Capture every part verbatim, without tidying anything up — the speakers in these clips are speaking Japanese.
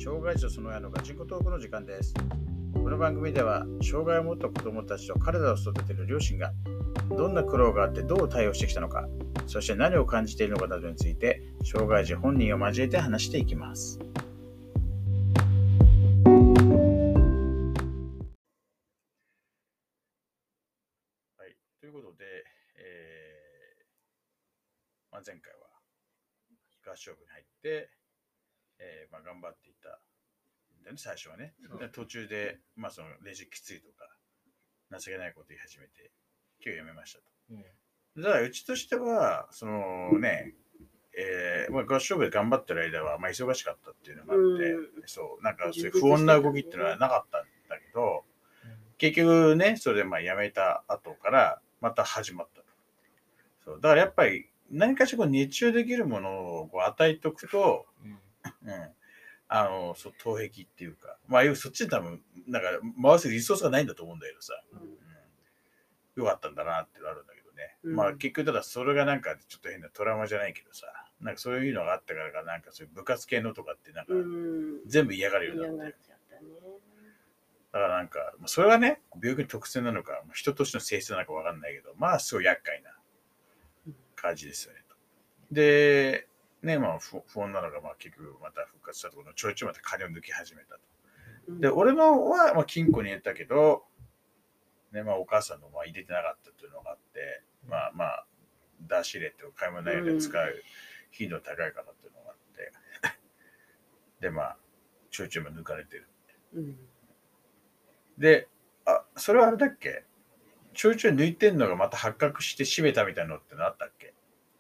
障害児とその親のガチンコトークの時間です。この番組では障害を持った子どもたちと彼らを育てる両親がどんな苦労があってどう対応してきたのか、そして何を感じているのかなどについて障害児本人を交えて話していきます。はい、ということで、えーまあ、前回は合唱部に入って、えーまあ、頑張っていたんだよね、最初はね。で途中で、まあ、そのレジきついとか情けないこと言い始めて今日やめましたと。うん、だからうちとしてはそのね、えーまあ、合唱部で頑張ってる間は、まあ、忙しかったっていうのがあって、うん、そうなんかそういう不穏な動きっていうのはなかったんだけど、うん、結局ねそれでまあやめた後からまた始まったと。そうだからやっぱり何かしらこう熱中できるものをこう与えておくと、うんうん、あのそう頭壁っていうか、まあそっちに多分なんか回すリソースがないんだと思うんだけどさ、うんうん、よかったんだなってのあるんだけどね、うん、まあ結局ただそれがなんかちょっと変なトラウマじゃないけどさ、なんかそういうのがあったからか、なんかそういう部活系のとかってなんか全部嫌がるようになって、うん、だからなんかそれはね病気の特性なのか人としての性質なのか分かんないけど、まあすごい厄介な感じですよね。でね、まあ不穏なのがまあ結局また復活したところちょいちょいまた金を抜き始めたと。で俺のはまあ金庫に入れたけど、ね、まあお母さんのまあ入れてなかったっていうのがあって、まあまあ出し入れって買い物内容で使う頻度高いかなっていうのがあってでまあちょいちょい抜かれてる、うん、であそれはあれだっけ、ちょいちょい抜いてんのがまた発覚して閉めたみたいなのってのあったっけ。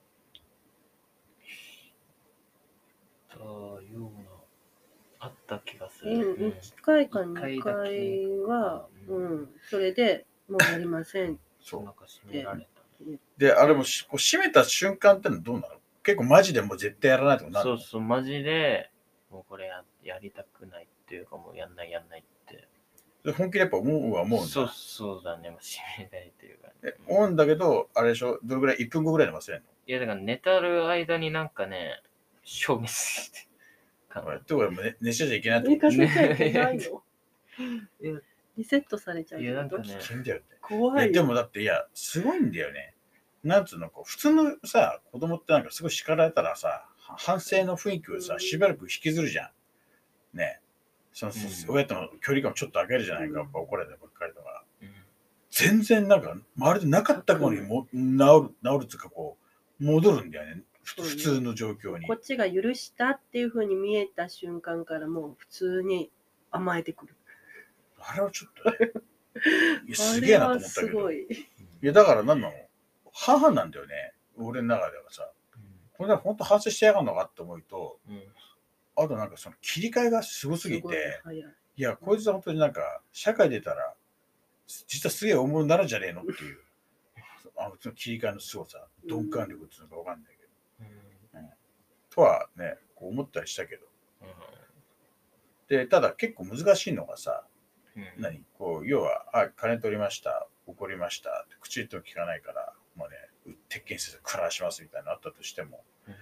というのあった気がする。 うん、いっかいかにかいは、うん、うん、それでもうやりません。 そうなんか閉められた。 で、あれもしこう閉めた瞬間ってのはどうなの？結構マジでもう絶対やらないとかなるの？ そうそう、マジでもうこれ や, やりたくないっていうか、もうやんないやんないって。 で本気でやっぱ思うは思うんだ。 そうそうだね、もう閉めないっていうか、ね。 え、思うんだけど、あれでしょ、どれぐらい、いっぷんごぐらいで忘れんの？ いや、だから寝たる間になんかね、消滅して。 ってことは寝ちゃいけないって寝かせちゃいけないの？リセットされちゃう。 いや、なんかね、 危険だよね。 怖い。 いや、でもだって、いや、すごいんだよね。なんつうの、こう普通のさ、子供ってなんかすごい叱られたらさ、反省の雰囲気をさ、しばらく引きずるじゃん。ね。その、うん、親との距離感をちょっと上げるじゃないか、やっぱ怒られたばっかりとか。うん、全然なんか、まるでなかった子にも治る、治るっていうか、こう、戻るんだよね。普通の状況に。 こっちが許したっていう風に見えた瞬間からもう普通に甘えてくる。 あれはちょっとね、いやすげえなと思ったけど。いや、だから何なの？母なんだよね。俺の中ではさ。これは本当反省してやがるのかって思うと、うん、あとなんかその切り替えがすごすぎて、い, いや、こいつは本当になんか、社会出たら、実はすげえ大物になるんじゃねえのっていう、あのその切り替えの凄さ、鈍感力っていうのかわかんないけど、うんうん、とはね、こう思ったりしたけど。うん、で、ただ結構難しいのがさ、うん、何こう、要は、あ、金取りました、怒りました、口言っても聞かないから、もうね、鉄拳せず暮らしますみたいなのあったとしても、うん、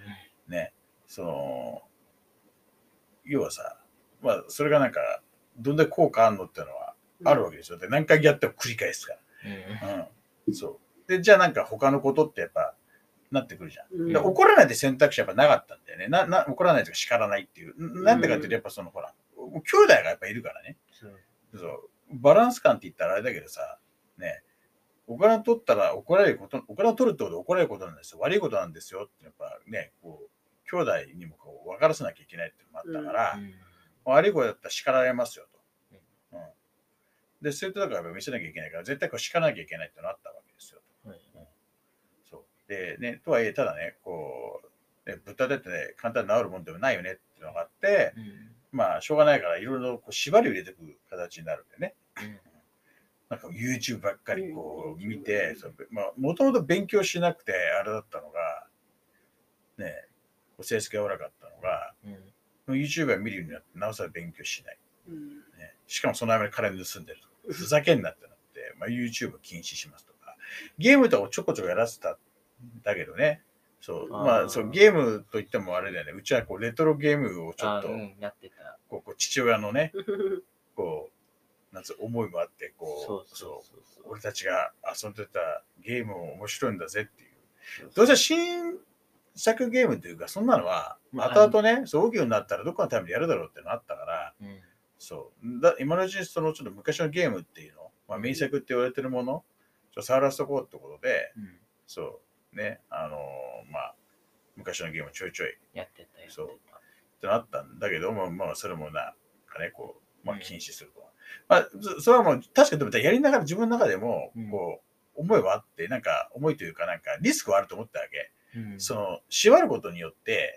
ね、その、要はさ、まあ、それがなんか、どんだけ効果あるのっていうのはあるわけですよ。で、何回やっても繰り返すから。うん。うん、そう。で、じゃあなんか他のことってやっぱ、なってくるじゃん。うん、で怒らないって選択肢やっぱなかったんだよね。な、な、怒らないとか叱らないっていう。なんでかっていうと、やっぱその、ほら、兄弟がやっぱいるからね。そう。そう。バランス感って言ったらあれだけどさ、ね、お金取ったら怒られること、お金を取るってことは怒られることなんですよ。悪いことなんですよって、やっぱね、こう、兄弟にもこう分からせなきゃいけないっていうのもあったから、うん、悪いことだったら叱られますよと。うんうん、で、そういうところから見せなきゃいけないから、絶対こう叱らなきゃいけないってのがあったわけですよ。うんうん、そうでね、とはいえ、ただね、こう、ね、ぶった出て、ね、簡単に治るもんでもないよねっていうのがあって、うん、まあ、しょうがないから、いろいろこう縛りを入れていく形になるんでね。うんなんか YouTube ばっかりこう見て、もともと勉強しなくてあれだったのが、ね、成績が悪かったのが、うん、YouTube を見るようになって、なおさら勉強しない。うんね、しかもその間に金盗んでるとか、ふざけんなってなって、まあ、YouTube を禁止しますとか、ゲームとかをちょこちょこやらせたんだけどね、 そう、まあ、そう、ゲームといってもあれだよね。うちはこうレトロゲームをちょっと、 うん、やってた。 こうこう父親のね、こう、なんつう思いもあって、こう、そう、俺たちが遊んでたゲームも面白いんだぜっていう。どうせ新作ゲームっていうか、そんなのは、後々ね、そう大きくなったらどっかのタイムでやるだろうってのあったから、うん、そう。だ今のうちにそのちょっと昔のゲームっていうの、まあ、名作って言われてるもの、ちょっと触らせとこうってことで、うん、そう、ね、あのー、まあ、昔のゲームちょいちょいやってたよ。 そう。ってなったんだけども、まあ、それもなんかね、こう、まあ、禁止すると。うん、まあ、それはもう、確かにでもやりながら自分の中でも、こう、思いはあって、なんか、思いというか、なんか、リスクはあると思ったわけ。うん、その、縛ることによって、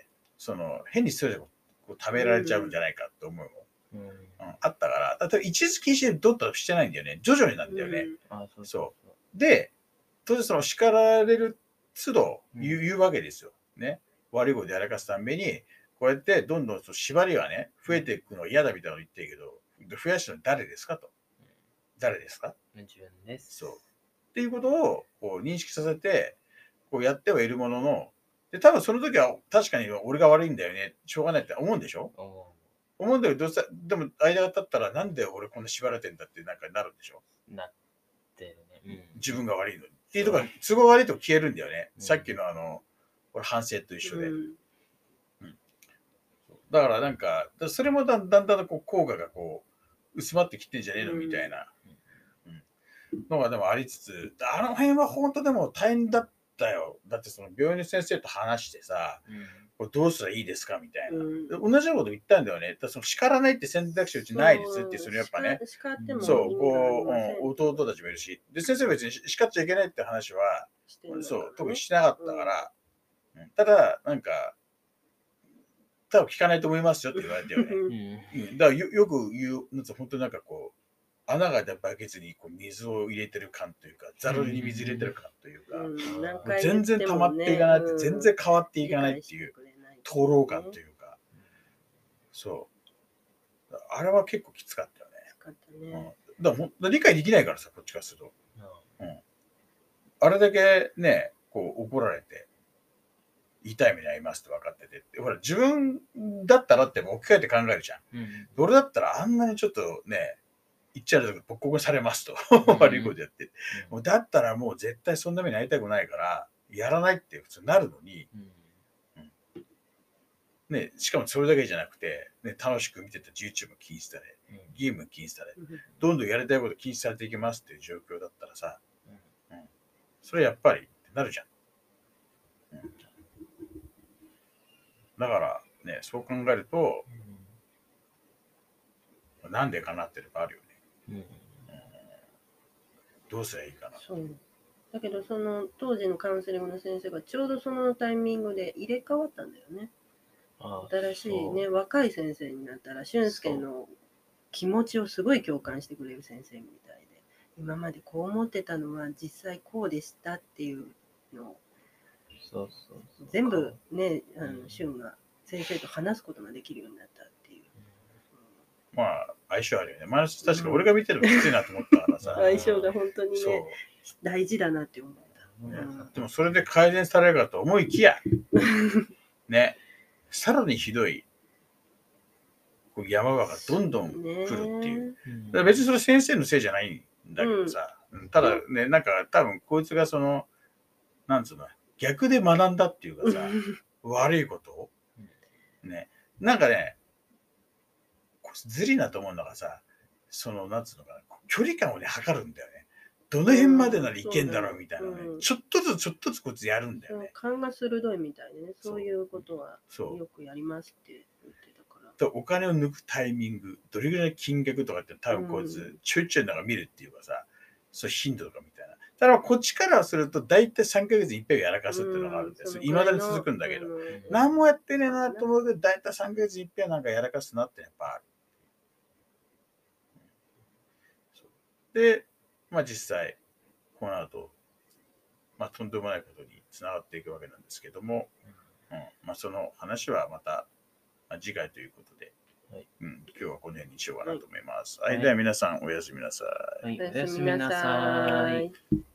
その、変にストレスを食べられちゃうんじゃないかと思うの。うんうん、あったから、例えば一時禁止でどっとしてないんだよね。徐々になんだよね。うん、あそうそうそう。で、当然その叱られる都度言う,、言うわけですよ。ね。悪いことやらかすために、こうやってどんどんその縛りがね、増えていくのは嫌だみたいなの言ってるけど、増やしたのは誰ですかと。誰ですか？ 自分です。 そう。っていうことをこう認識させて、こうやってはいるものの、で、多分その時は確かに俺が悪いんだよね、しょうがないって思うんでしょ？思うんだけど、どうせ、でも間が経ったらなんで俺こんな縛られてんだってなんかなるんでしょ？ なってるね。 うん、自分が悪いのに。っていうところ都合悪いと消えるんだよね。うん、さっきのあの、これ反省と一緒で。うんうん、だからなんか、それもだんだんだんこう効果がこう、薄まってきてんじゃねえのみたいな、うん、のがでもありつつ、あの辺は本当でも大変だったよ。だってその病院の先生と話してさ、うんこれどうしたらいいですかみたいな、うん。同じようなこと言ったんだよね。だその叱らないって選択肢うちないですって、それやっぱね。そう、こう、うん、弟たちもいるし。で、先生別に叱っちゃいけないって話は、ね、そう、特にしなかったから、うん、ただ、なんか、多分聞かないと思いますよって言われてよね。うん、だからよよく言う、なん本当になんかこう、穴がバケツにこう水を入れてる感というか、ざるに水入れてる感というか、うん、全然溜まっていかないって、全然変わっていかないっていう、討論感というか、そう。あれは結構きつかったよね。きつかったね。うん、だからも理解できないからさ、こっちからすると。うん、あれだけね、こう怒られて、痛い目に遭いますって分かってて。ほら、自分だったらって置き換えて考えるじゃん。うん、俺だったらあんなにちょっとね、言っちゃうとボッコボコにされますと。悪いことやって。もうだったらもう絶対そんな目に遭いたくないから、やらないって普通になるのに、うんうん、ね、しかもそれだけじゃなくて、ね、楽しく見てた YouTube も禁止され、ゲームも禁止され、どんどんやりたいこと禁止されていきますっていう状況だったらさ、うん、それやっぱりってなるじゃん。うん、だからね、そう考えると、うん、なんでかなっていうのがあるよね。うんうん、どうすりゃいいかな。 そうだけどその当時のカウンセリングの先生がちょうどそのタイミングで入れ替わったんだよね。ああ新しいね若い先生になったら俊介の気持ちをすごい共感してくれる先生みたいで、今までこう思ってたのは実際こうでしたっていうのをそうそうそう全部ねあの俊が先生と話すことができるようになったっていう。 まあ相性あるよね。まあ確か俺が見てるのきついなと思ったからさ。 相性が本当にね大事だなって思った。 うん、でもそれで改善されるかと思いきやねさらにひどいこう山場がどんどん来るっていう。だ別にそれ先生のせいじゃないんだけどさ、うん、ただねなんか多分こいつがそのなんつうの逆で学んだっていうかさ悪いことをねなんかねずりなと思うのがさそのなんつうのかな距離感をね測るんだよね。どの辺までならいけんだろうみたいなね、うん、ちょっとずつちょっとずつこいつやるんだよね。 勘が鋭いみたいでね、そういうことはよくやりますって言ってたから。 とお金を抜くタイミング、どれぐらいの金額とかって多分こいつちょいちょいなんか見るっていうかさ、そう頻度とかみたいな。ただこっちからすると大体さんかげつにいっぺんやらかすっていうのがあるんです。いまだに続くんだけど、何もやってねえなと思うけど大体さんかげつにいっぺんなんかやらかすなってやっぱある。で、まあ実際、この後、まあ、とんでもないことにつながっていくわけなんですけども、うんまあ、その話はまた、まあ、次回ということで、はいうん、今日はこの辺にしようかなと思います。はい、はい、では皆さんおやすみなさい。 はい、おやすみなさい。